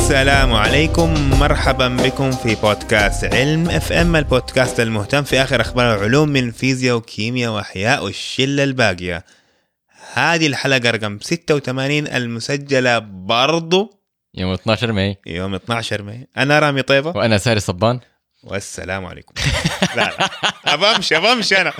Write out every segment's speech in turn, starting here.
السلام عليكم، مرحبا بكم في بودكاست علم اف ام، البودكاست المهتم في اخر اخبار العلوم من فيزياء وكيمياء واحياء والشله الباقيه. هذه الحلقه رقم 86 المسجله برضو يوم 12 ماي. يوم 12 ماي. انا رامي طيبه وانا ساري صبان. والسلام عليكم. لا ابمشي انا.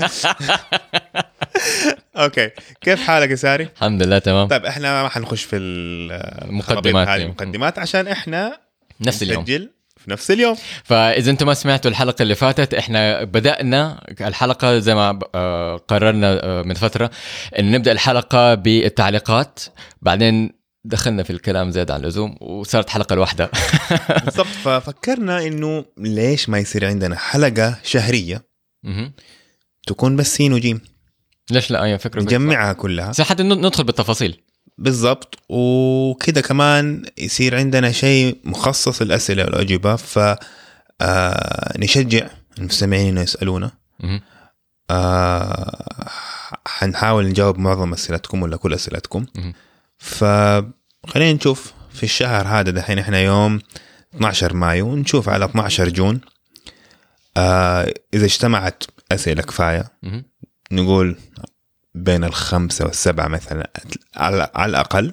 اوكي، كيف حالك يا ساري؟ الحمد لله تمام. طيب احنا ما حنخش في المقدمات عشان احنا نفس اليوم نسجل في نفس اليوم. فاذا انتم ما سمعتوا الحلقه اللي فاتت، احنا بدانا الحلقه زي ما قررنا من فتره ان نبدا الحلقه بالتعليقات، بعدين دخلنا في الكلام زاد عن اللزوم وصارت حلقه لوحدها. بالضبط، ففكرنا انه ليش ما يصير عندنا حلقه شهريه تكون بس سين وجيم. ليش لا؟ اي فكره نجمعها كلها حتى ندخل بالتفاصيل. بالضبط، وكده كمان يصير عندنا شيء مخصص للأسئلة والأجوبة، نشجع المستمعين إنه يسألونا. حنحاول نجاوب معظم أسئلتكم ولا كل أسئلتكم. فخلينا نشوف في الشهر هذا دحين إحنا يوم 12 مايو، نشوف على 12 جون إذا اجتمعت أسئلة كفاية. نقول بين 5 و7 مثلا على الأقل.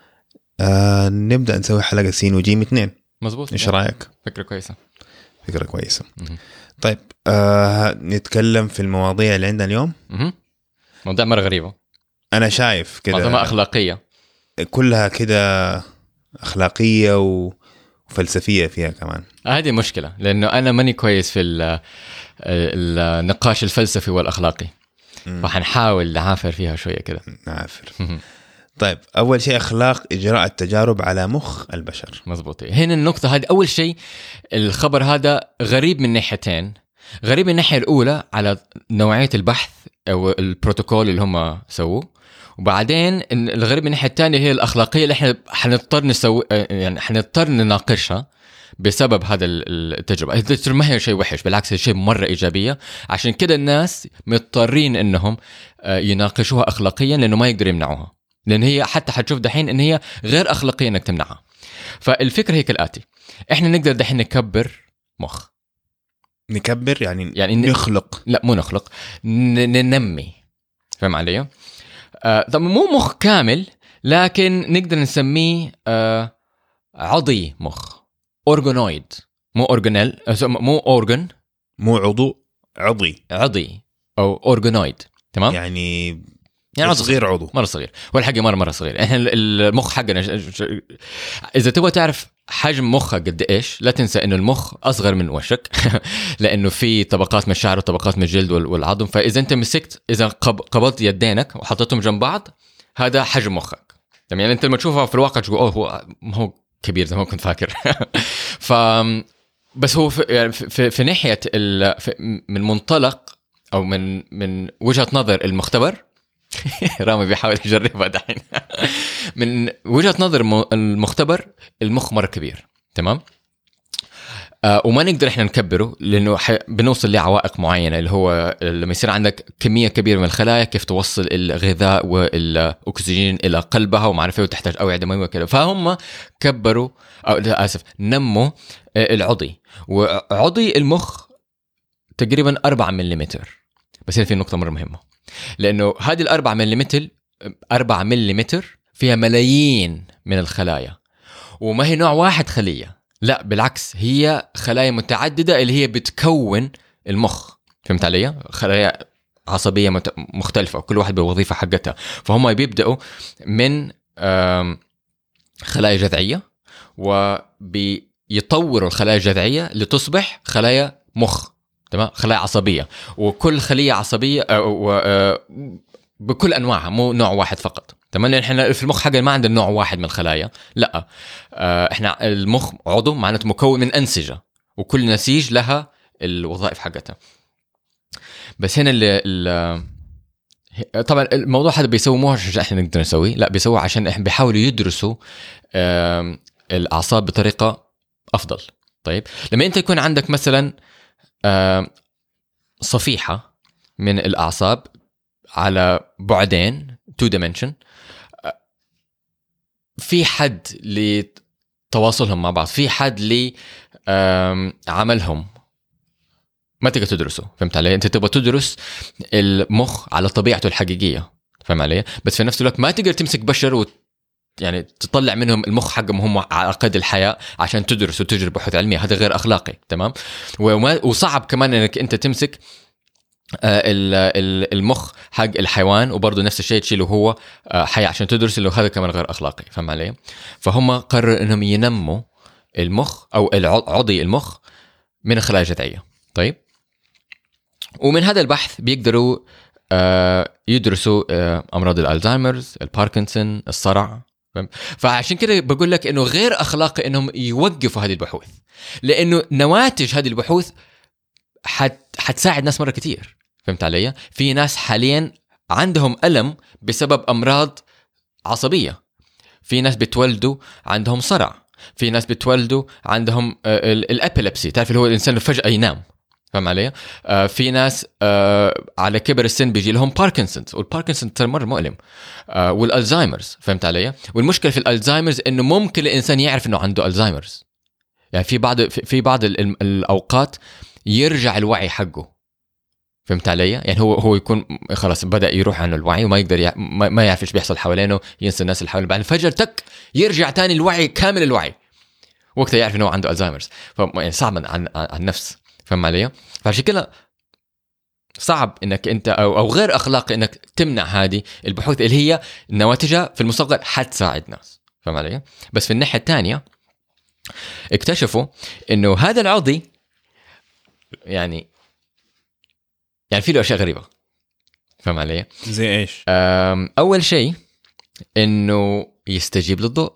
نبدأ نسوي حلقة سين وجيم 2. مزبوط. إيش رأيك؟ فكرة كويسة. طيب نتكلم في المواضيع اللي عندنا اليوم. موضوع مرة غريبة، أنا شايف كده معظمها أخلاقية، كلها كده أخلاقية وفلسفية فيها كمان. هذه مشكلة لأنه أنا ماني كويس في النقاش الفلسفي والأخلاقي، فحنحاول نعافر فيها شوية كده. نعافر. طيب أول شيء أخلاق إجراء التجارب على مخ البشر. مزبوط. هنا النقطة هذه أول شيء. الخبر هذا غريب من ناحيتين. غريب من الناحية الأولى على نوعية البحث أو البروتوكول اللي هم سووه، وبعدين الغريب من الناحية الثانية هي الأخلاقية اللي إحنا حنضطر نسوي، يعني حنضطر نناقشها بسبب هذا التجربة. التجربة ما هي شيء وحش، بالعكس هي شيء مرة إيجابية. عشان كده الناس مضطرين إنهم يناقشوها أخلاقيا، لأنه ما يقدر يمنعوها، لأن هي حتى حتشوف دحين إن هي غير أخلاقية إنك تمنعها. فالفكرة هي كالآتي: إحنا نقدر دحين نكبر مخ. نكبر يعني نخلق. لا مو نخلق، ننمي. فهم علي؟ طب مو مخ كامل، لكن نقدر نسميه عضي مخ، أورغانويد، مو أورغانيل، مو أورغان، مو عضو، عضي أو أورغانويد. تمام؟ يعني صغير، عضو مرة صغير. والحقيقة مرة صغير. إحنا المخ حقنا، إذا تبغى تعرف حجم مخك قد إيش، لا تنسى إنه المخ أصغر من وشك. لأنه في طبقات من الشعر وطبقات من الجلد والعظم. فإذا أنت مسكت، إذا قبضت يدينك وحطيتهم جنب بعض، هذا حجم مخك. يعني أنت لما تشوفها في الواقع تقول هو كبير زي ما كنت فاكر. بس هو في ناحية من منطلق أو من وجهة نظر المختبر. رامي بيحاول يجربها دحين. من وجهة نظر المختبر، المخ مرة كبير. تمام؟ وما نقدر احنا نكبره، لانه بنوصل لعوائق معينة، اللي هو لما يصير عندك كمية كبيرة من الخلايا، كيف توصل الغذاء والاكسجين الى قلبها وما عارف ايه، وتحتاج اوعية دموية وكذا. فهم كبروا، او نموا العضي. وعضي المخ تقريبا 4 ملم. بس هنا في نقطة مرة مهمة، لأنه هذه 4 ملم فيها ملايين من الخلايا، وما هي نوع واحد خلية، لا بالعكس هي خلايا متعددة اللي هي بتكون المخ. فهمت علي؟ خلايا عصبية مختلفة، وكل واحد بوظيفة حقتها. فهم بيبدأوا من خلايا جذعية، وبيطوروا الخلايا الجذعية لتصبح خلايا مخ. تمام؟ خلايا عصبية، وكل خلية عصبية بكل أنواعها، مو نوع واحد فقط. تمام؟ لأن إحنا في المخ حقنا ما عندنا نوع واحد من الخلايا، لا. إحنا المخ عضو معناته مكون من أنسجة، وكل نسيج لها الوظائف حقتها. بس هنا طبعا الموضوع هذا بيسوي مو عشان إحنا نقدر نسويه، لا بيسوي عشان إحنا بيحاولوا يدرسوا الأعصاب بطريقة أفضل. طيب لما أنت يكون عندك مثلا صفيحة من الأعصاب على بعدين 2 dimension، في حد تواصلهم مع بعض، في حد لي عملهم ما تقدر تدرسه. فهمت علي؟ انت تبغى تدرس المخ على طبيعته الحقيقيه، فهم علي؟ بس في نفس الوقت ما تقدر تمسك بشر يعني تطلع منهم المخ حقهم هم على قيد الحياه عشان تدرس وتجرب بحوث علميه. هذا غير اخلاقي، تمام؟ وصعب كمان انك انت تمسك المخ حق الحيوان وبرضه نفس الشيء تشيله هو حي عشان تدرس له. هذا كمان غير اخلاقي، فهم علي؟ فهم قرروا انهم ينموا المخ او عضي المخ من الخلايا الجذعيه. طيب، ومن هذا البحث بيقدروا يدرسوا امراض الالزهايمرز، الباركنسون، الصرع. فعشان كده بقول لك انه غير اخلاقي انهم يوقفوا هذه البحوث، لانه نواتج هذه البحوث حتساعد ناس مره كتير. فهمت علي؟ في ناس حاليا عندهم الم بسبب امراض عصبيه، في ناس بتولدوا عندهم صرع، في ناس بتولدوا عندهم الابيليبسي، تعرف اللي هو الانسان اللي فجاه ينام. فهم علي؟ في ناس على كبر السن بيجي لهم باركنسونز، والباركنسون ترى مره مؤلم، والالزهايمرز. فهمت علي؟ والمشكله في الالزهايمرز انه ممكن الانسان يعرف انه عنده الزهايمرز، يعني في بعض الاوقات يرجع الوعي حقه. فهمت علي؟ يعني هو يكون خلاص بدا يروح عنه الوعي وما يقدر ما يعرف ايش بيحصل حوالينه، ينسى الناس اللي حواليه، بعد فجأة تك يرجع تاني الوعي، كامل الوعي، وقتها يعرف انه هو عنده الزهايمرز. يعني صعب عن النفس. فهم علي؟ فعشان كده صعب انك انت او غير اخلاقي انك تمنع هذه البحوث اللي هي نواتجها في المستقبل حتساعد ناس. فهم علي؟ بس في الناحيه الثانيه اكتشفوا انه هذا العضي يعني في له اشياء غريبه. فهم علي؟ زي ايش؟ اول شيء انه يستجيب للضوء.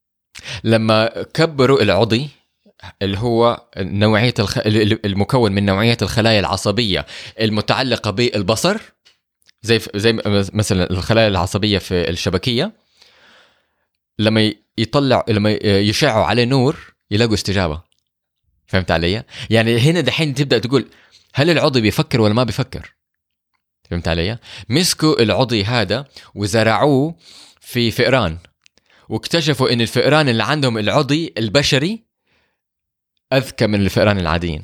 لما كبروا العضي اللي هو نوعيه المكون من نوعيه الخلايا العصبيه المتعلقه بالبصر، زي مثلا الخلايا العصبيه في الشبكيه، لما يشعوا عليه نور يلاقوا استجابه. فهمت علي؟ يعني هنا دحين تبدا تقول هل العضي بيفكر ولا ما بيفكر؟ فهمت علي؟ مسكوا العضي هذا وزرعوه في فئران، واكتشفوا ان الفئران اللي عندهم العضي البشري اذكى من الفئران العاديين.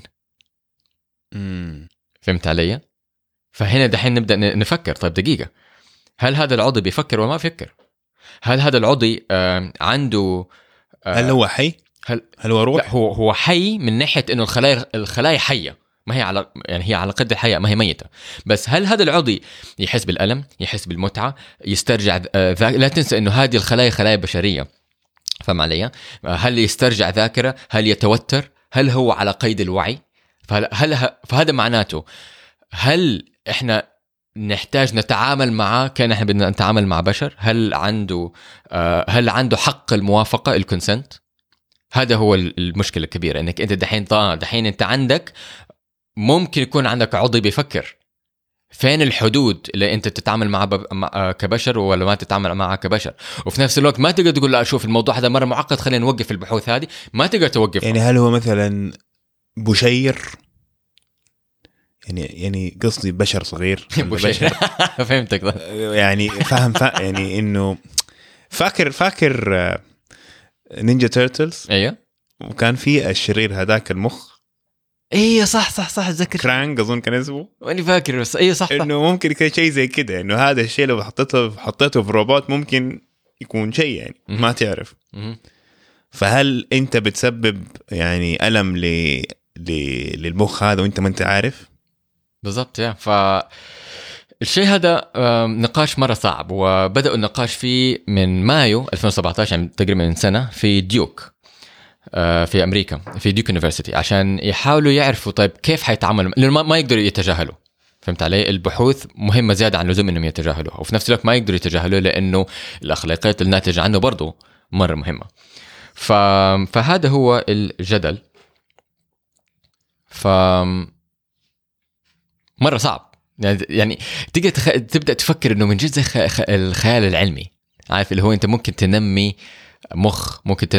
فهمت علي؟ فهنا دحين نبدا نفكر، طيب دقيقه، هل هذا العضي بيفكر ولا ما بيفكر؟ هل هذا العضي عنده هل هو حي؟ هل هو روح؟ لا، هو حي من ناحيه انه الخلايا حيه، ما هي هي على قد الحياه، ما هي ميته. بس هل هذا العضي يحس بالالم، يحس بالمتعه، يسترجع لا تنسى انه هذه الخلايا خلايا بشريه. فهم علي؟ هل يسترجع ذاكره؟ هل يتوتر؟ هل هو على قيد الوعي؟ فهذا معناته هل احنا نحتاج نتعامل معه كان احنا بدنا نتعامل مع بشر؟ هل عنده حق الموافقه، الكونسنت؟ هذا هو المشكله الكبيره، انك انت دحين انت عندك ممكن يكون عندك عضي بيفكر. فين الحدود اللي انت تتعامل معه كبشر ولا ما تتعامل معه كبشر؟ وفي نفس الوقت ما تقدر تقول لا شوف الموضوع هذا مره معقد خلينا نوقف البحوث هذه، ما تقدر توقف. يعني هل هو مثلا بشير؟ يعني قصدي بشر صغير. بشر. فهمتك. يعني فاهم يعني انه فاكر نينجا تيرتلز. ايوه، وكان في الشرير هذاك المخ. ايه صح اتذكر كرانج اظن كان اسمه، واني فاكر. بس ايه صح انه ممكن يكون شيء زي كده، انه هذا الشيء لو حطيته في روبوت ممكن يكون شيء يعني ما تعرف. فهل انت بتسبب يعني الم للمخ هذا وانت ما انت عارف؟ بالضبط. الشيء هذا نقاش مرة صعب، وبدأوا النقاش فيه من مايو 2017، يعني تقريبا من سنة، في ديوك في أمريكا، في ديوك يونيفرسيتي، عشان يحاولوا يعرفوا طيب كيف حيتعاملوا، لأنه ما يقدروا يتجاهلوا. فهمت علي؟ البحوث مهمة زيادة عن اللزوم إنهم يتجاهلوها، وفي نفس الوقت ما يقدروا يتجاهلوا لأنه الأخلاقيات الناتجة عنه برضو مرة مهمة. فهذا هو الجدل. مرة صعب يعني تبدأ تفكر إنه من جد زي الخيال العلمي، عارف اللي هو أنت ممكن تنمي مخ،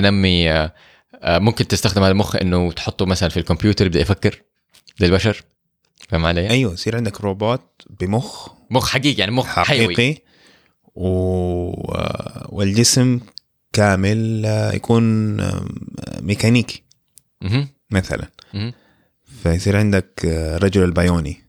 ممكن تستخدم هذا المخ إنه تحطه مثلا في الكمبيوتر يبدأ يفكر زي البشر. فهم علي؟ أيوة، يصير عندك روبوت مخ حقيقي، يعني مخ حقيقي حيوي. والجسم كامل يكون ميكانيكي مثلا، فيصير عندك رجل البيوني.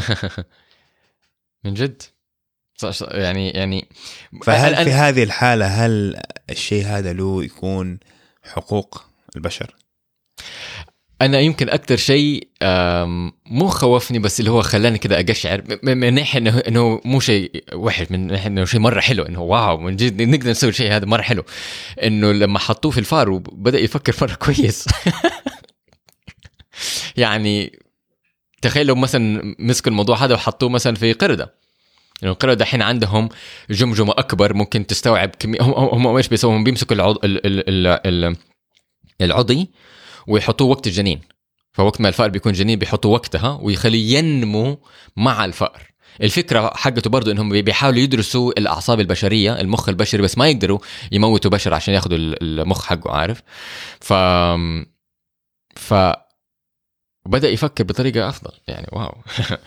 من جد يعني فهل في هذه الحالة هل الشيء هذا له يكون حقوق البشر؟ أنا يمكن أكتر شيء مو خوفني، بس اللي هو خلاني كده أقشعر من ناحية إنه مو شيء وحش، من ناحية إنه شيء مرة حلو، إنه واو من جد نقدر نسوي شيء هذا مرة حلو. إنه لما حطوه في الفار وبدأ يفكر مرة كويس. يعني تخيل لو مثلا مسكوا الموضوع هذا وحطوه مثلا في قردة، يعني القردة الحين عندهم جمجمة أكبر ممكن تستوعب كمية. هم إيش بيسوون؟ بيمسكوا العضي ويحطوه وقت الجنين، فوقت ما الفأر بيكون جنين بيحطوا وقتها ويخليه ينمو مع الفأر. الفكرة حقته برضو إنهم بيحاولوا يدرسوا الأعصاب البشرية، المخ البشري، بس ما يقدروا يموتوا بشر عشان ياخدوا المخ حقه، عارف؟ بدأ يفكر بطريقة أفضل، يعني واو.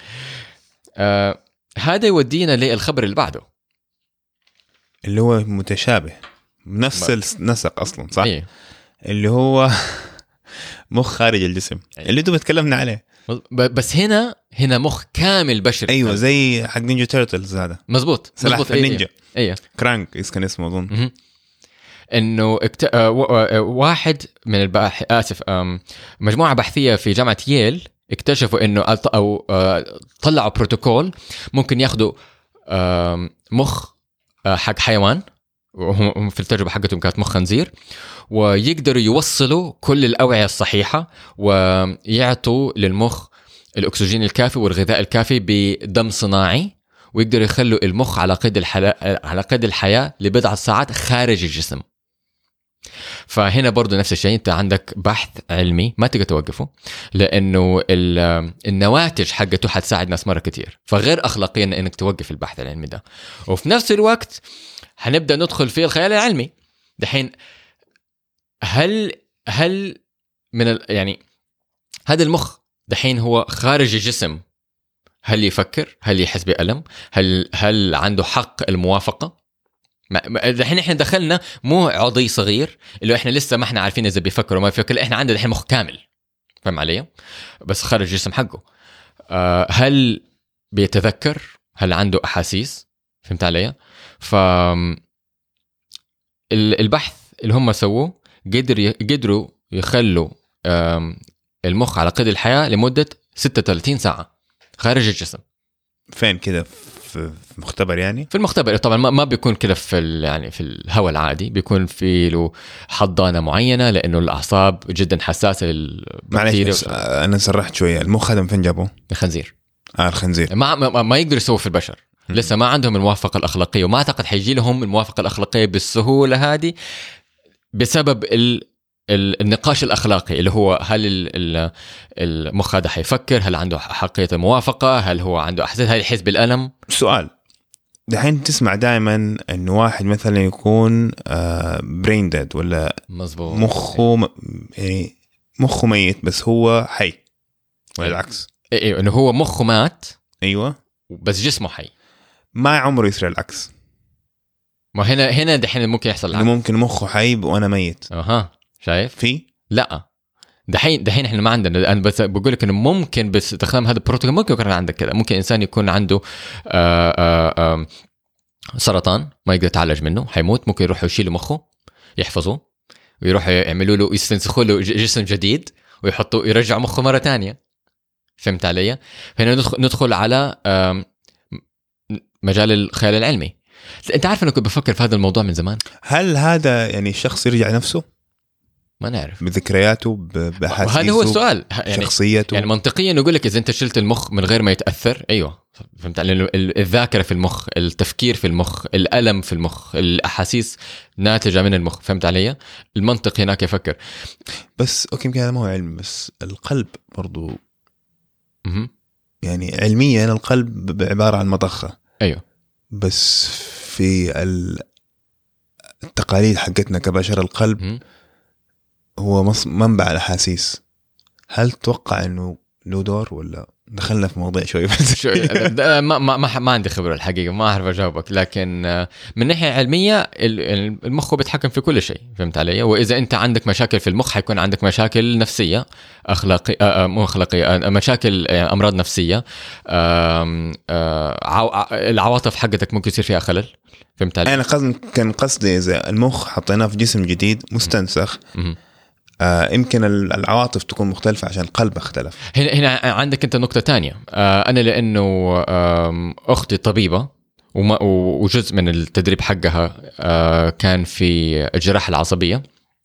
هذا يودينا للخبر اللي بعده، اللي هو متشابه نفس النسق أصلا، صح؟ إيه؟ اللي هو مخ خارج الجسم، اللي انتوا بتكلمنا عليه، بس هنا مخ كامل بشري. ايوه زي حق نينجا تيرتلز هذا. مظبوط سلاحف النينجا. ايوه كرانك كان اسمه اظن. انه واحد من مجموعه بحثيه في جامعه ييل اكتشفوا انه او طلعوا بروتوكول ممكن ياخذوا مخ حق حيوان، وهم في التجربه حقتهم كانت مخ خنزير، ويقدروا يوصلوا كل الأوعية الصحيحة ويعطوا للمخ الأكسجين الكافي والغذاء الكافي بدم صناعي، ويقدروا يخلوا المخ على قيد الحياة لبضعة ساعات خارج الجسم. فهنا برضو نفس الشيء، انت عندك بحث علمي ما تقدر توقفه، لأنه النواتج حقته حتساعد ناس مرة كتير، فغير أخلاقيا انك توقف البحث العلمي ده. وفي نفس الوقت هنبدأ ندخل في الخيال العلمي دحين. هل من يعني هذا المخ دحين هو خارج الجسم، هل يفكر؟ هل يحس بألم؟ هل عنده حق الموافقة؟ دحين احنا دخلنا مو عضي صغير اللي احنا لسه ما احنا عارفين اذا بيفكر وما بيفكر، احنا عندنا دحين مخ كامل، فهم علي؟ بس خارج الجسم حقه. هل بيتذكر؟ هل عنده احاسيس؟ فهمت علي؟ البحث اللي هم سووه قدروا يخلوا المخ على قيد الحياة لمدة 36 ساعة خارج الجسم. فين كده؟ في مختبر يعني؟ في المختبر طبعا ما بيكون كده يعني في الهواء العادي، بيكون في له حضانة معينة لأنه الأعصاب جدا حساسة للبكتيريا. أنا سرحت شوية، المخ هذا من فين جابوه؟ الخنزير. الخنزير ما يقدر يسوي في البشر، لسه ما عندهم الموافقة الأخلاقية، وما أعتقد حيجي لهم الموافقة الأخلاقية بالسهولة هذه بسبب النقاش الأخلاقي اللي هو هل المخ هذا حيفكر، هل عنده حقية الموافقة، هل هو عنده أحساس، هل يحس بالألم. سؤال دحين تسمع دائما إنه واحد مثلا يكون برين ديد ولا مزبوط يعني مخه ميت بس هو حي، ولا العكس؟ إيه إنه هو مخه مات، أيوة، بس جسمه حي. ما عمره يصير العكس. ما هنا دحين ممكن يحصل العكس، ممكن مخه حي وأنا ميت. شايف؟ في لا دحين احنا ما عندنا. انا بس بقول لك انه ممكن باستخدام هذا البروتوكول ممكن يكون عندك كذا. ممكن انسان يكون عنده سرطان ما يقدر يتعالج منه، حيموت، ممكن يروحوا يشيلوا مخه يحفظوه ويروحوا يعملوا له يستنسخوا له جسم جديد ويحطوا يرجعوا مخه مرة تانية. فهمت علي؟ هنا ندخل على مجال الخيال العلمي. انت عارف انا كنت بفكر في هذا الموضوع من زمان. هل هذا يعني الشخص يرجع نفسه؟ ما نعرف، بذكرياته بأحاسيسه، هذا هو السؤال يعني شخصيته. يعني منطقيا نقول لك إذا أنت شلت المخ من غير ما يتأثر، أيوة فهمت، لأنه الذاكرة في المخ، التفكير في المخ، الألم في المخ، الأحاسيس ناتجة من المخ. فهمت علي؟ المنطق هناك يفكر. بس أوكي يمكن هذا ما هو علم، بس القلب برضو يعني علميا القلب عبارة عن مضخة. أيوة، بس في التقاليد حقتنا كبشر القلب هو منبع الأحاسيس. هل تتوقع أنه له دور ولا دخلنا في موضوع شوي بس؟ ما عندي خبرة الحقيقة، ما أعرف أجاوبك، لكن من ناحية علمية المخ بيتحكم في كل شيء، فهمت علي؟ وإذا أنت عندك مشاكل في المخ حيكون عندك مشاكل نفسية، مو أخلاقية، مشاكل أمراض نفسية، العواطف حقتك ممكن يصير فيها خلل، فهمت علي؟ أنا كان قصدي إذا المخ حطيناه في جسم جديد مستنسخ يمكن العواطف تكون مختلفة عشان القلب اختلف. هنا عندك أنت نقطة تانية. أنا لأنه أختي طبيبة وجزء من التدريب حقها كان في الجراحة العصبية،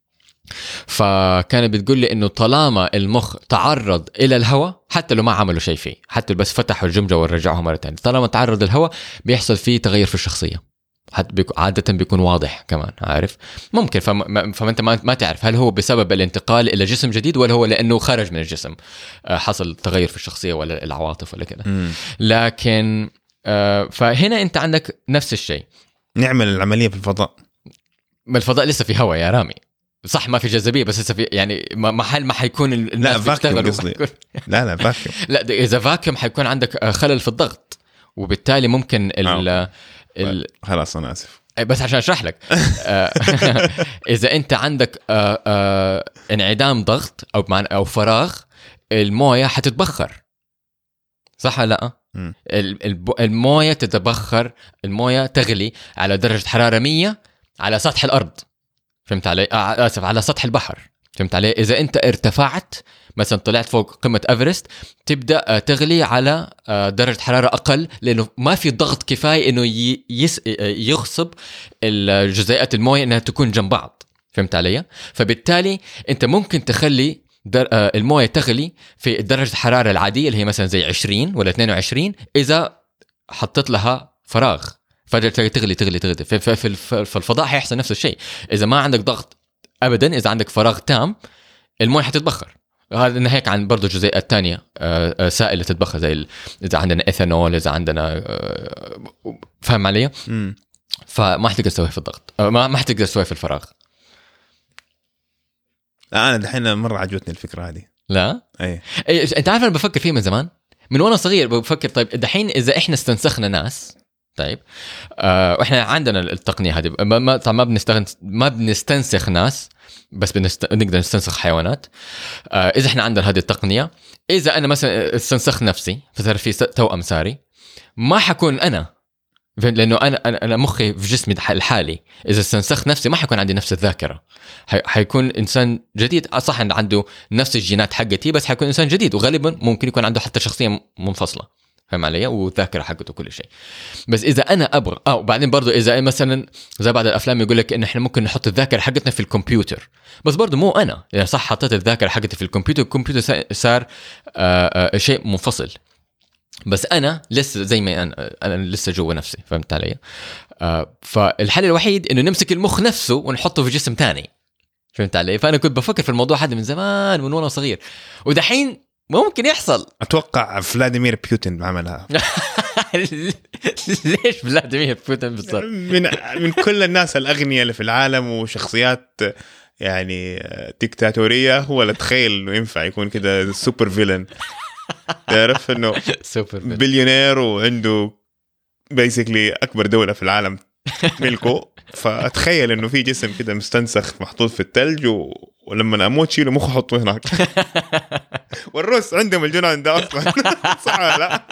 فكانت بتقول لي إنه طالما المخ تعرض إلى الهواء حتى لو ما عملوا شيء فيه، حتى لو بس فتحوا الجمجة ورجعوها مرة تانية، طالما تعرض الهواء بيحصل فيه تغير في الشخصية، عادة بيكون واضح كمان، عارف؟ ممكن فأنت ما تعرف هل هو بسبب الانتقال إلى جسم جديد ولا هو لأنه خرج من الجسم حصل تغير في الشخصية ولا العواطف ولا كده. لكن فهنا أنت عندك نفس الشيء. نعمل العملية في الفضاء، ما الفضاء لسه في هواء يا رامي، صح ما في جاذبية بس لسه في، يعني محل ما حيكون الناس بيشتغلوا. لا فاكيوم. لا إذا فاكيوم حيكون عندك خلل في الضغط، وبالتالي ممكن خلاص أنا آسف بس عشان أشرح لك إذا أنت عندك انعدام ضغط أو فراغ، الموية حتتبخر، صح لا؟ الموية تتبخر، الموية تغلي على درجة حرارة 100 على سطح الأرض، فهمت علي؟ آسف، على سطح البحر، فهمت علي؟ إذا أنت ارتفعت مثلا طلعت فوق قمة أفرست تبدأ تغلي على درجة حرارة أقل، لأنه ما في ضغط كفاية إنه يغصب الجزيئات الموية إنها تكون جنب بعض، فهمت علي؟ فبالتالي أنت ممكن تخلي الموية تغلي في درجة الحرارة العادية اللي هي مثلا زي 20 ولا 22 إذا حطت لها فراغ، فجأة تغلي. في الفضاء هيحصل نفس الشيء، إذا ما عندك ضغط أبدا، إذا عندك فراغ تام الموية حتتبخر. هذا ناهيك عن برضو جزيئات تانية سائلة تتبخر، زي إذا عندنا إيثانول، إذا عندنا فهم علي؟ فما حتقدر تسويه في الضغط، ما حتقدر تسويه في الفراغ. أنا دحين مرة عجبتني الفكرة هذه. لا؟ أي أنت عارف أنا بفكر فيه من زمان، من وأنا صغير بفكر طيب دحين إذا إحنا استنسخنا ناس، طيب وإحنا عندنا التقنية هذه، ما بنستنسخ ناس بس نقدر نستنسخ حيوانات. إذا إحنا عندنا هذه التقنية، إذا أنا مثلا استنسخ نفسي فصار في توأم ساري، ما حكون أنا، لأنه أنا مخي في جسمي الحالي، إذا استنسخ نفسي ما حيكون عندي نفس الذاكرة، حيكون إنسان جديد، صح إن عنده نفس الجينات حقتي بس حيكون إنسان جديد، وغالبا ممكن يكون عنده حتى شخصية منفصلة، فهم علي؟ والذاكرة حقته كل شيء. بس إذا أنا أبغى وبعدين برضو إذا مثلا زي بعض الأفلام يقول لك إن إحنا ممكن نحط الذاكرة حقتنا في الكمبيوتر، بس برضو مو أنا يعني صح حطيت الذاكرة حقتي في الكمبيوتر صار شيء منفصل، بس أنا لسه زي ما أنا لسه جوا نفسي، فهمت علي؟ فالحل الوحيد إنه نمسك المخ نفسه ونحطه في جسم تاني، فهمت علي؟ فأنا كنت بفكر في الموضوع هذا من زمان، من وأنا صغير، ودحين ممكن يحصل. أتوقع فلاديمير بوتين بعملها. ليش فلاديمير بوتين بالضبط؟ من كل الناس الأغنياء اللي في العالم وشخصيات يعني ديكتاتورية، هو لا تخيل إنه ينفع يكون كده سوبر فيلن، تعرف إنه بليونير وعنده بيسكلي أكبر دولة في العالم ملكه، فأتخيل إنه في جسم كده مستنسخ محطوط في الثلج ولما أموت شيله مخه حطه هناك. والروس عندهم الجنان ده أصلا. صح لا؟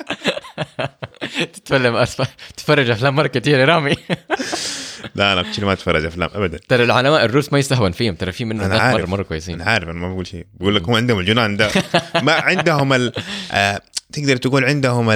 تتفرج أفلام مرة كتير يا رامي. لا أنا بشيل ما أتفرج أفلام أبدا. ترى العلماء الروس ما يستهون فيهم، ترى في منه ناس مرة كويسين. أنا عارف، أنا ما بقول شيء، بقول لك هم عندهم الجنان ده. ما عندهم تقدر تقول عندهم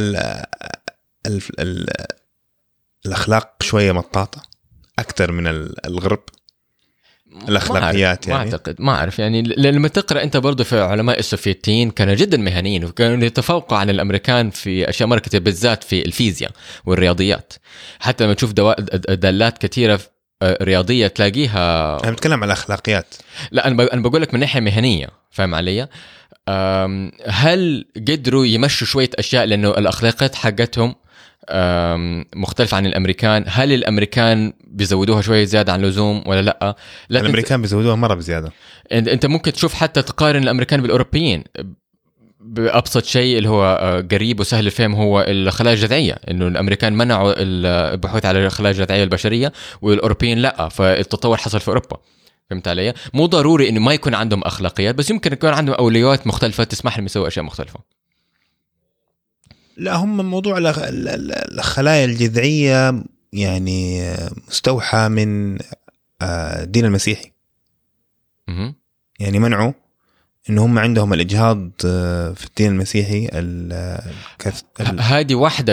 الأخلاق شوية مطاطة أكتر من الغرب، الأخلاقيات يعني. ما أعرف يعني، لما تقرأ أنت برضو في علماء السوفيتيين كانوا جدا مهنيين، وكانوا يتفوقوا عن الأمريكان في أشياء مرة كتير، بالذات في الفيزياء والرياضيات. حتى لما تشوف دالات كتيرة رياضية تلاقيها. أنا بتكلم عن الأخلاقيات. لا أنا بقول لك من ناحية مهنية، فاهم علي؟ هل قدروا يمشوا شوية أشياء لأنه الأخلاقيات حقتهم مختلف عن الأمريكان؟ هل الأمريكان بيزودوها شوية زيادة عن اللزوم ولا لأ؟ الأمريكان بيزودوها مرة بزيادة. أنت ممكن تشوف حتى تقارن الأمريكان بالأوروبيين بأبسط شيء اللي هو قريب وسهل الفهم هو الخلايا الجذعية، إنه الأمريكان منعوا البحوث على الخلايا الجذعية البشرية والأوروبيين لأ، فالتطور حصل في أوروبا. فهمت علي؟ مو ضروري إنه ما يكون عندهم أخلاقيات، بس يمكن يكون عندهم أولويات مختلفة تسمح لهم يسووا أشياء مختلفة. لا، هم موضوع الخلايا الجذعية يعني مستوحى من الدين المسيحي. يعني منعوا إنه هم عندهم الإجهاض في الدين المسيحي. هذه واحدة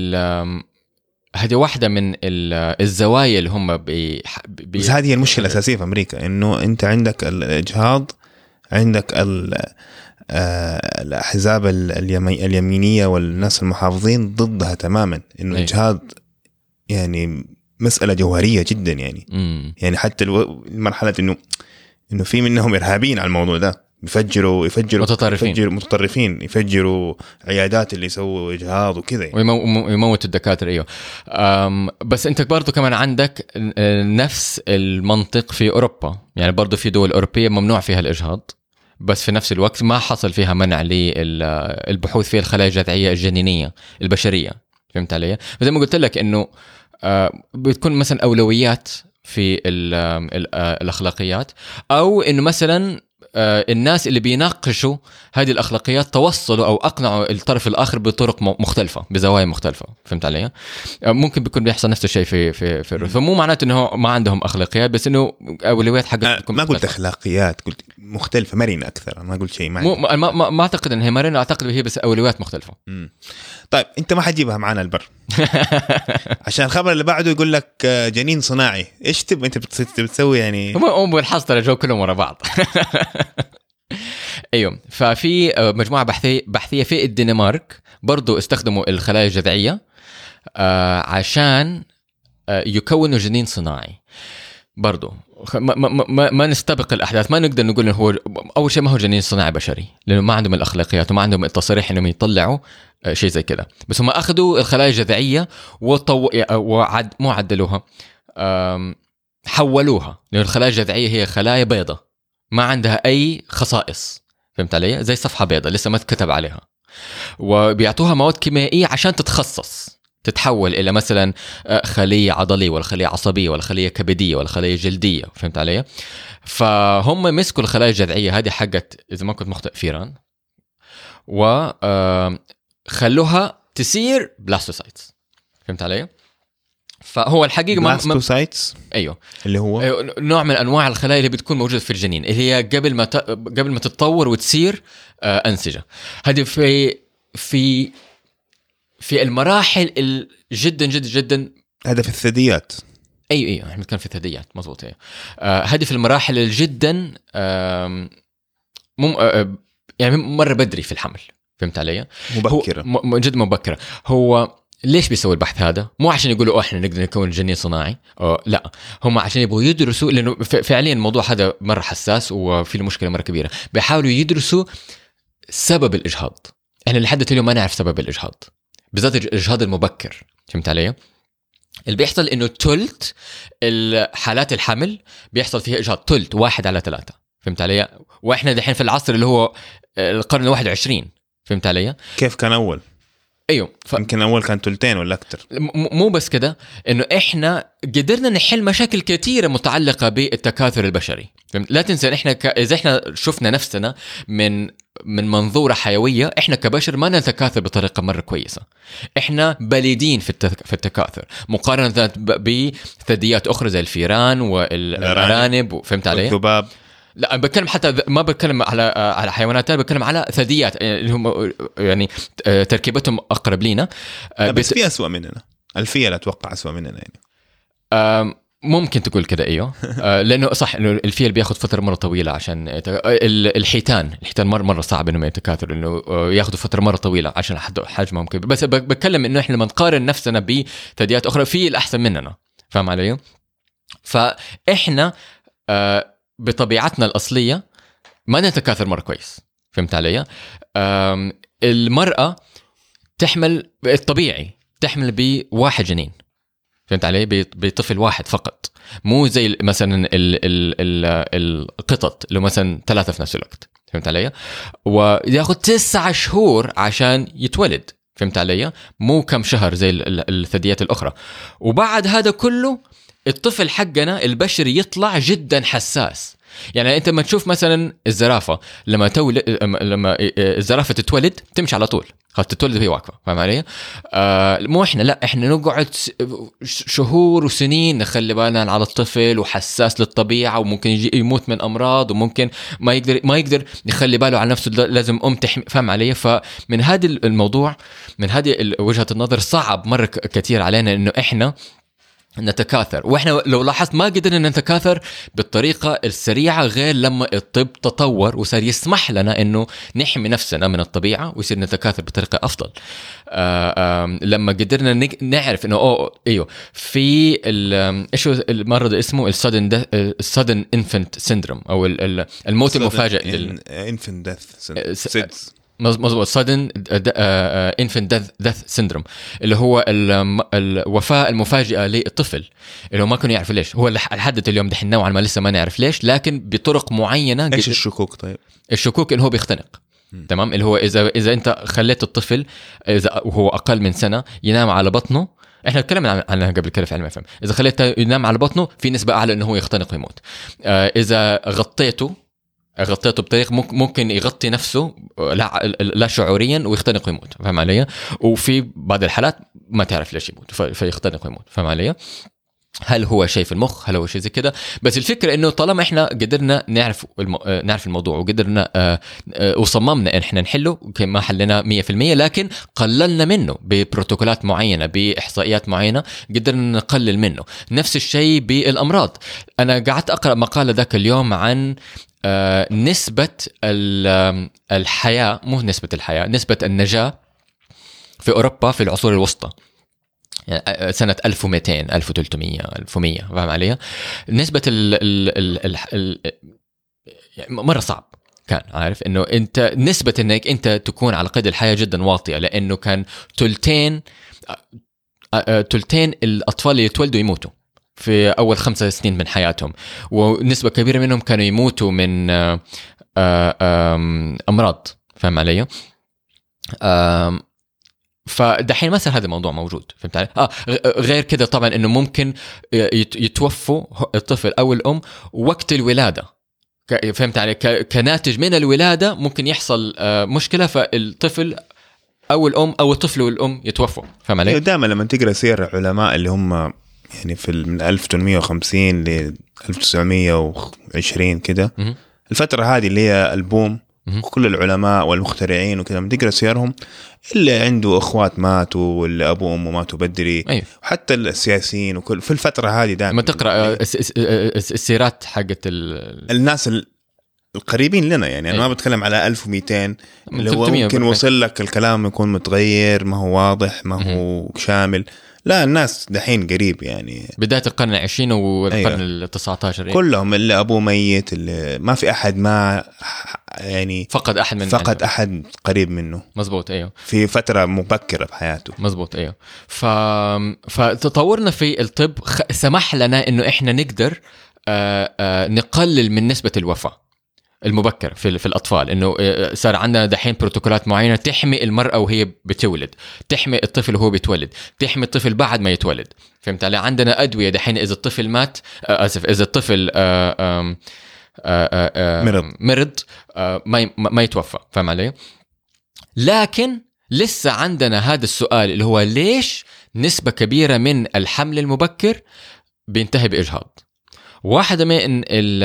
من الزوايا اللي هم بس هذه المشكلة الأساسية في أمريكا، إنه أنت عندك الإجهاض، عندك الأحزاب اليمينية والناس المحافظين ضدها تماما. إنه الإجهاض يعني مسألة جوهرية جدا يعني. يعني حتى المرحلة إنه في منهم إرهابيين على الموضوع ده، يفجروا متطرفين يفجروا عيادات اللي يسووا إجهاض وكذا يعني. ويموت الدكاترة. أيوه. بس أنت برضو كمان عندك نفس المنطق في أوروبا، يعني برضو في دول أوروبية ممنوع فيها الإجهاض، بس في نفس الوقت ما حصل فيها منع للبحوث في الخلايا الجذعية الجنينية البشرية. فهمت علي؟ فزي ما قلت لك إنه بتكون مثلا أولويات في الأخلاقيات، أو إنه مثلا الناس اللي بيناقشوا هذه الأخلاقيات توصلوا أو أقنعوا الطرف الآخر بطرق مختلفة، بزوايا مختلفة. فهمت علي؟ ممكن بيكون بيحصل نفس الشيء في الروس. فمو معناته إنه ما عندهم أخلاقيات، بس إنه أولويات حقت ما قلت أخلاقيات، قلت مختلفة، مرنة أكثر. ما قلت شيء ما أعتقد إن هي مرنة، أعتقد هي بس أولويات مختلفة. طيب أنت ما حتجيبها معنا البر عشان الخبر اللي بعده يقول لك جنين صناعي. إيش تبغى أنت بتسوي يعني؟ هم بالحصر الجو كلهم ورا بعض. ايوه. ففي مجموعه بحثيه في الدنمارك برضو استخدموا الخلايا الجذعيه عشان يكونوا جنين صناعي. برضو ما نستبق الاحداث، ما نقدر نقول انه هو اول شيء ما هو جنين صناعي بشري، لانه ما عندهم الاخلاقيات وما عندهم التصريح انهم يطلعوا شيء زي كذا. بس هم اخذوا الخلايا الجذعيه مو عدلوها، حولوها، لأن الخلايا الجذعيه هي خلايا بيضة ما عندها أي خصائص. فهمت علي؟ زي صفحة بيضة لسه ما تكتب عليها، وبيعطوها مواد كيميائية عشان تتخصص، تتحول إلى مثلا خلية عضلية ولا خلية عصبية ولا خلية كبدية ولا خلية جلدية. فهمت علي؟ فهم مسكوا الخلايا الجذعية هذه حقت، إذا ما كنت مخطئ، فيران، وخلوها تصير بلاستوسايتس. فهمت علي؟ فهو الحقيقة بلاستوسايتس أيوه، اللي هو نوع من أنواع الخلايا اللي بتكون موجودة في الجنين، اللي هي قبل ما تتطور وتصير أنسجة. هذه في المراحل جدا جدا جدا. هذا في الثدييات. أيوه احنا كان في الثدييات، مظبوط. هذه في المراحل جدا يعني مرة بدري في الحمل. فهمت علي؟ مبكرة، جدا مبكرة. هو ليش بيسوي البحث هذا؟ مو عشان يقولوا احنا نقدر نكون جنين صناعي، لا، هم عشان يبغوا يدرسوا، لانه فعليا الموضوع هذا مره حساس وفي له مشكله مره كبيره. بيحاولوا يدرسوا سبب الاجهاض. احنا لحد اليوم ما نعرف سبب الاجهاض، بالذات الاجهاض المبكر. فهمت علي؟ اللي بيحصل انه ثلث الحالات الحمل بيحصل فيها اجهاض، ثلث 1/3. فهمت علي؟ واحنا دحين في العصر اللي هو القرن 21. فهمت علي؟ كيف كان اول؟ ايوه، يمكن اول كان 2 ولا اكثر. مو بس كده، انه احنا قدرنا نحل مشاكل كثيره متعلقه بالتكاثر البشري. لا تنسى احنا اذا احنا شفنا نفسنا من منظوره حيويه، احنا كبشر ما نتكاثر بطريقه مره كويسه. احنا بليدين في التكاثر مقارنه بثدييات اخرى زي الفيران والارانب. فهمت علي؟ الذباب. لا، بتكلم حتى ما بتكلم على حيوانات تانية، بتكلم على ثدييات اللي هم يعني تركيبتهم أقرب لينا. بس في أسوأ مننا. الفيل أتوقع أسوأ مننا يعني. ممكن تقول كده. أيوه. لأنه صح إنه الفيل بياخد فترة مرة طويلة عشان الحيتان مرة صعب إنهم يتكاثروا، إنه ياخدوا فترة مرة طويلة عشان حجمهم كبير. بس بتكلم إنه إحنا لما نقارن نفسنا بثدييات أخرى، في الأحسن مننا. فاهم علي؟ فإحنا بطبيعتنا الأصلية ما نتكاثر مرة كويس. فهمت علي؟ المرأة تحمل الطبيعي تحمل بواحد جنين. فهمت علي؟ بطفل واحد فقط، مو زي مثلا القطط اللي مثلا 3 في نفس الوقت. فهمت علي؟ وياخد 9 شهور عشان يتولد، فهمت علي؟ مو كم شهر زي الثدييات الأخرى. وبعد هذا كله الطفل حقنا البشري يطلع جدا حساس. يعني انت ما تشوف مثلا الزرافه لما الزرافه تتولد تمشي على طول، خلاص تتولد وهي واقفه، فاهم علي؟ مو احنا، لا احنا نقعد شهور وسنين نخلي بالنا على الطفل وحساس للطبيعه، وممكن يموت من امراض، وممكن ما يقدر يخلي باله على نفسه، لازم تحمي، فاهم علي؟ فمن هذا الموضوع، من هذه وجهه النظر، صعب مره كثير علينا انه احنا نتكاثر. واحنا لو لاحظت ما قدرنا نتكاثر بالطريقه السريعه غير لما الطب تطور وصار يسمح لنا انه نحمي نفسنا من الطبيعه ويصير نتكاثر بطريقه افضل. لما قدرنا نعرف انه ايوه في ايش المرض اسمه السادن انفنت سيندروم او الموت المفاجئ، انفنت ديث مظبوط، sudden infant death syndrome، اللي هو الوفاة المفاجئة للطفل اللي هو ما كانوا يعرفوا ليش. هو لحد اليوم دحين نوعا ما لسه ما نعرف ليش، لكن بطرق معينة. ايش الشكوك؟ طيب الشكوك انه هو بيختنق. تمام، اللي هو اذا انت خليت الطفل اذا وهو اقل من سنة ينام على بطنه، احنا تكلمنا عنها قبل كده في علم الفهم، اذا خليته ينام على بطنه في نسبة اعلى انه هو يختنق ويموت. اذا غطيته بطريقة ممكن يغطي نفسه لا شعوريا ويختنق ويموت، فاهم علي؟ وفي بعض الحالات ما تعرف ليش يموت فيختنق ويموت، فاهم علي؟ هل هو شيء في المخ؟ هل هو شيء زي كده؟ بس الفكرة انه طالما احنا قدرنا نعرف الموضوع وقدرنا وصممنا ان احنا نحله، ما حلنا 100%، لكن قللنا منه ببروتوكولات معينة، باحصائيات معينة قدرنا نقلل منه. نفس الشيء بالامراض. انا قعدت اقرأ مقالة ذاك اليوم عن نسبة الحياة، مو نسبة الحياة، نسبة النجاة في أوروبا في العصور الوسطى، يعني سنة 1200 1300 1100، فاهم عليها؟ نسبة مرة صعب كان، عارف انه انت نسبة انك انت تكون على قيد الحياة جدا واطية، لانه كان تلتين الاطفال اللي يتولدوا يموتوا في أول 5 سنين من حياتهم، ونسبة كبيرة منهم كانوا يموتوا من أمراض، فهم علي؟ فدحين مثلا هذا الموضوع موجود، فهمت علي؟ غير كده طبعا إنه ممكن يتوفوا الطفل أو الأم وقت الولادة، فهمت علي؟ كناتج من الولادة ممكن يحصل مشكلة، فالطفل أو الأم أو الطفل والأم يتوفوا، فهم علي؟ دائما لما تقرأ سير علماء اللي هم يعني من 1850 ل 1920 كده، الفترة هذه اللي هي البوم، كل العلماء والمخترعين وكذا من تقرأ سيرهم، اللي عنده أخوات ماتوا واللي أبوه وأمه ماتوا بدري، أيوه. وحتى السياسيين وكل في الفترة هذه دائما ما تقرأ السيرات حقت الناس القريبين لنا، يعني أنا ما بتكلم على 1200 اللي هو ممكن وصل لك الكلام يكون متغير، ما هو واضح، ما هو شامل. لا، الناس دحين قريب، يعني بداية القرن 20 والقرن 19 كلهم اللي أبوه ميت، اللي ما في أحد ما يعني فقد أحد قريب منه. مزبوط، أيوه، في فترة مبكرة بحياته. مزبوط، أيوه. فتطورنا في الطب سمح لنا إنه إحنا نقدر نقلل من نسبة الوفاة المبكر في الأطفال، إنه صار عندنا دحين بروتوكولات معينة تحمي المرأة وهي بتولد، تحمي الطفل وهو بيتولد، تحمي الطفل بعد ما يتولد، فهمت علي؟ عندنا أدوية دحين إذا الطفل مات، إذا الطفل مرض ما يتوفى، فهم علي؟ لكن لسه عندنا هذا السؤال اللي هو ليش نسبة كبيرة من الحمل المبكر بينتهي بإجهاض؟ واحدة من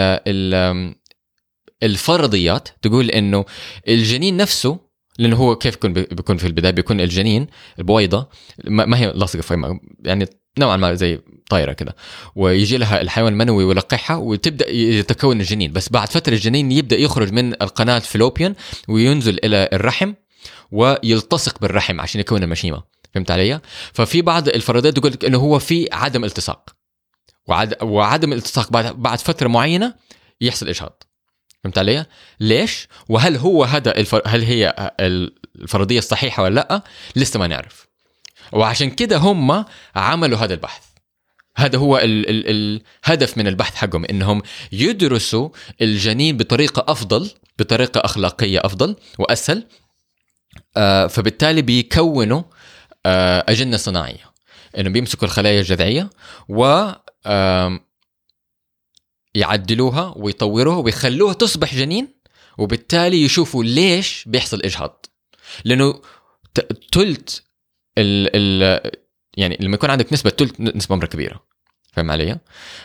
الفرضيات تقول إنه الجنين نفسه، لأنه هو كيف بيكون في البداية، بيكون الجنين البويضة ما هي لاصقة، يعني نوعا ما زي طائرة كده، ويجي لها الحيوان المنوي ويلقحها وتبدأ يتكون الجنين. بس بعد فترة الجنين يبدأ يخرج من القناة فلوبيان وينزل إلى الرحم ويلتصق بالرحم عشان يكون المشيمة، فهمت علي؟ ففي بعض الفرضيات تقول إنه هو في عدم التصاق، وعدم الالتصاق بعد فترة معينة يحصل إجهاض، فهمت علي؟ ليش؟ وهل هو هل هي الفرضية الصحيحة ولا لا؟ لسه ما نعرف. وعشان كده هم عملوا هذا البحث. هذا هو الهدف من البحث حقهم، إنهم يدرسوا الجنين بطريقة أفضل بطريقة أخلاقية أفضل وأسهل. فبالتالي بيكونوا أجنة صناعية، إنه بيمسكوا الخلايا الجذعية و يعدلوها ويطوروها ويخلوها تصبح جنين، وبالتالي يشوفوا ليش بيحصل إجهاض. لأنه تلت يعني لما يكون عندك نسبة مرة كبيرة، فهم علي؟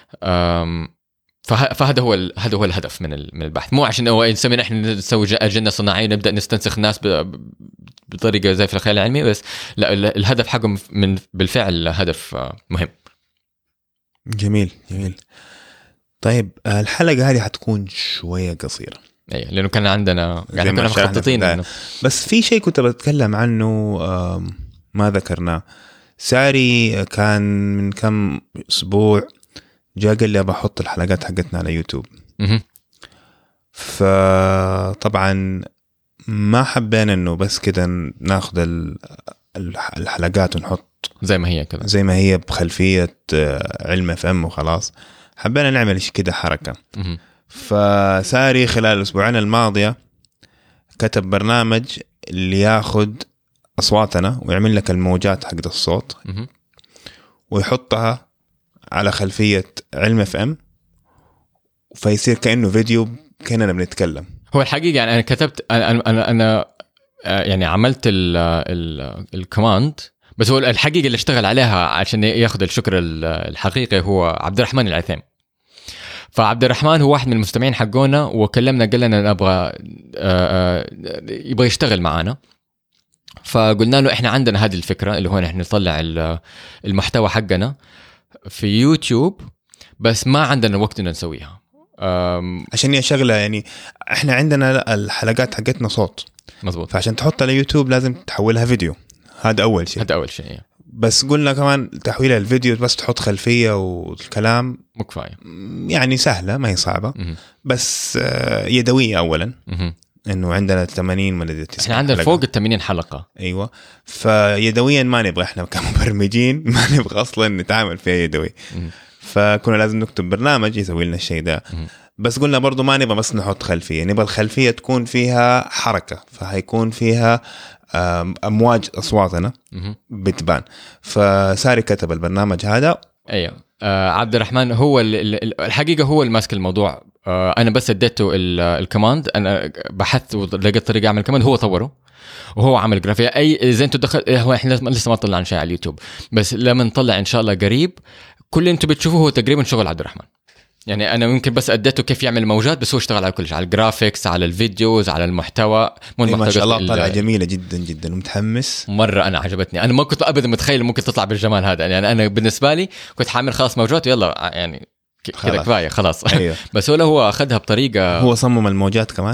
فهذا هو الهدف من البحث، مو عشان هو نسمي نحن نسوي أجنة صناعية نبدأ نستنسخ الناس بطريقة زي في الخيال العلمي، بس لا، الهدف حقهم بالفعل هدف مهم. جميل. طيب الحلقة هذه حتكون شوية قصيرة، لأنه كان عندنا يعني كنا مخططين بس في شيء كنت بتكلم عنه ما ذكرناه. ساري كان من كم أسبوع جاء قال لي بحط الحلقات حقتنا على يوتيوب. فطبعا ما حبينا انه بس كده ناخذ الحلقات ونحط زي ما هي كده، زي ما هي بخلفية علم FM وخلاص. حبينا نعمل كده حركة. فساري خلال الأسبوعين الماضية كتب برنامج اللي ياخذ أصواتنا ويعمل لك الموجات حق الصوت ويحطها على خلفية علم FM، فيصير كأنه فيديو كأننا بنتكلم. هو الحقيقة يعني أنا كتبت أنا يعني عملت الكوماند، بس هو الحقيقة اللي اشتغل عليها عشان ياخذ الشكر الحقيقي هو عبد الرحمن العثيم. فعبد الرحمن هو واحد من المستمعين حقونا وكلمنا قال لنا نبغى يبغى يشتغل معنا. فقلنا له احنا عندنا هذه الفكرة اللي هو نحن نطلع المحتوى حقنا في يوتيوب، بس ما عندنا وقت ان نسويها عشان هي شغلة يعني احنا عندنا الحلقات حقتنا صوت مزبوط، فعشان تحطها على يوتيوب لازم تحولها فيديو. هذا أول شيء. بس قلنا كمان تحويلها الفيديو بس تحط خلفية والكلام مو كفاية، يعني سهلة ما هي صعبة بس يدوية أولا. إنه عندنا 80 ولا 90 إحنا عندنا فوق 80 حلقة. أيوة، فيدويا ما نبغى إحنا كمبرمجين ما نبغى أصلا نتعامل فيها يدوي. فكنا لازم نكتب برنامج يسوي لنا الشيء ده. بس قلنا برضو ما نبغى بس نحط خلفية، نبغى الخلفية تكون فيها حركة، فهيكون فيها أمواج أصواتنا بتبان. فساري كتب البرنامج هذا. أيوة. عبد الرحمن هو الحقيقة هو اللي ماسك الموضوع. أنا بس اديته الكوماند، أنا بحثت ولقيت طريقة أعمل الكوماند، هو طوره وهو عمل جرافيا. أي زي أنتوا دخل هو إحنا لسه ما طلعنا شيء على اليوتيوب، بس لما نطلع إن شاء الله قريب كل اللي أنتوا بتشوفوه هو تقريبا شغل عبد الرحمن. يعني أنا ممكن بس أديته كيف يعمل موجات، بس هو اشتغل على كل شيء، على الجرافيكس، على الفيديوز، على المحتوى. ما شاء الله طلع جميلة جدا جدا ومتحمس مرة. أنا عجبتني، أنا ما كنت أبدا متخيل ممكن تطلع بالجمال هذا. يعني أنا بالنسبة لي كنت حامل خلاص موجات ويلا يعني كذا كفاية خلاص. أيوه. بس هو أخذها بطريقة، هو صمم الموجات كمان.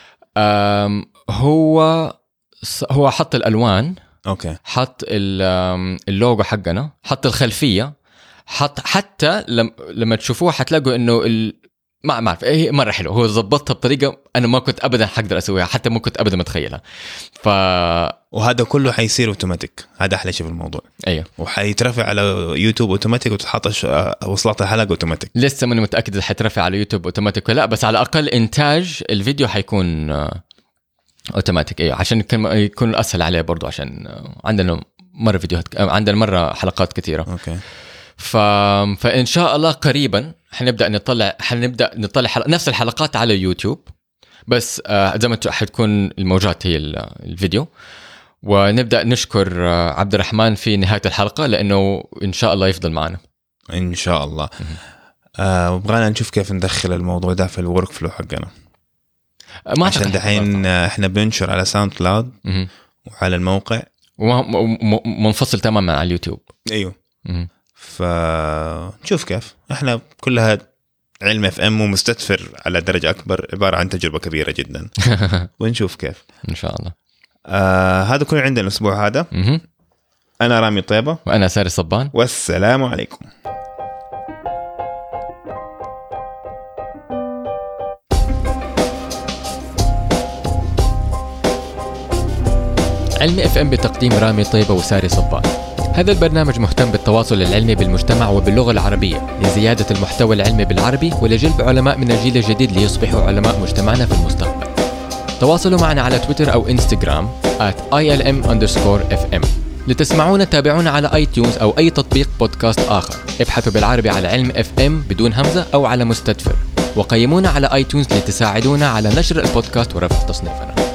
هو حط الألوان، أوكي، حط اللوجو حقنا، حط الخلفية، حتى لما تشوفوه حتلاقوا إنه ما أعرف إيه مرة حلو. هو ضبطها بطريقة أنا ما كنت أبدا حقدر أسويها، حتى ما كنت أبدا متخيلها. وهذا كله حيصير أوتوماتيك، هذا أحلى شيء في الموضوع. أيوه، وحيترفع على يوتيوب أوتوماتيك وتتحط وصلات الحلقة أوتوماتيك. لسه ماني متأكد إذا حيترفع على يوتيوب أوتوماتيك ولا لا، بس على الأقل إنتاج الفيديو حيكون أوتوماتيك. أيوه، عشان يكون أسهل عليه برضو، عشان عندنا مرة فيديوهات، عندنا مرة حلقات كثيرة. أوكي. فإن شاء الله قريبا حنبدأ نطلع نفس الحلقات على يوتيوب، بس زي ما حتكون الموجات هي الفيديو. ونبدأ نشكر عبد الرحمن في نهاية الحلقة، لأنه إن شاء الله يفضل معنا إن شاء الله. وبغانا نشوف كيف ندخل الموضوع ده في الورك فلو حقنا، عشان دحين إحنا بننشر على ساوند كلاود وعلى الموقع ومنفصل تماما على اليوتيوب. أيوه. فنشوف كيف احنا كلها علم FM ومستدفر على درجة أكبر، عبارة عن تجربة كبيرة جدا. ونشوف كيف إن شاء الله. هذا كله عندنا الأسبوع هذا. أنا رامي طيبة وأنا ساري صبان، والسلام عليكم. علم FM بتقديم رامي طيبة وساري صبان. هذا البرنامج مهتم بالتواصل العلمي بالمجتمع وباللغة العربية لزيادة المحتوى العلمي بالعربي ولجلب علماء من الجيل الجديد ليصبحوا علماء مجتمعنا في المستقبل. تواصلوا معنا على تويتر أو إنستغرام @ilm_fm. لتسمعونا تابعونا على iTunes أو أي تطبيق بودكاست آخر. ابحثوا بالعربي على علم FM بدون همزة أو على مستدفر، وقيمونا على iTunes لتساعدونا على نشر البودكاست ورفع تصنيفنا.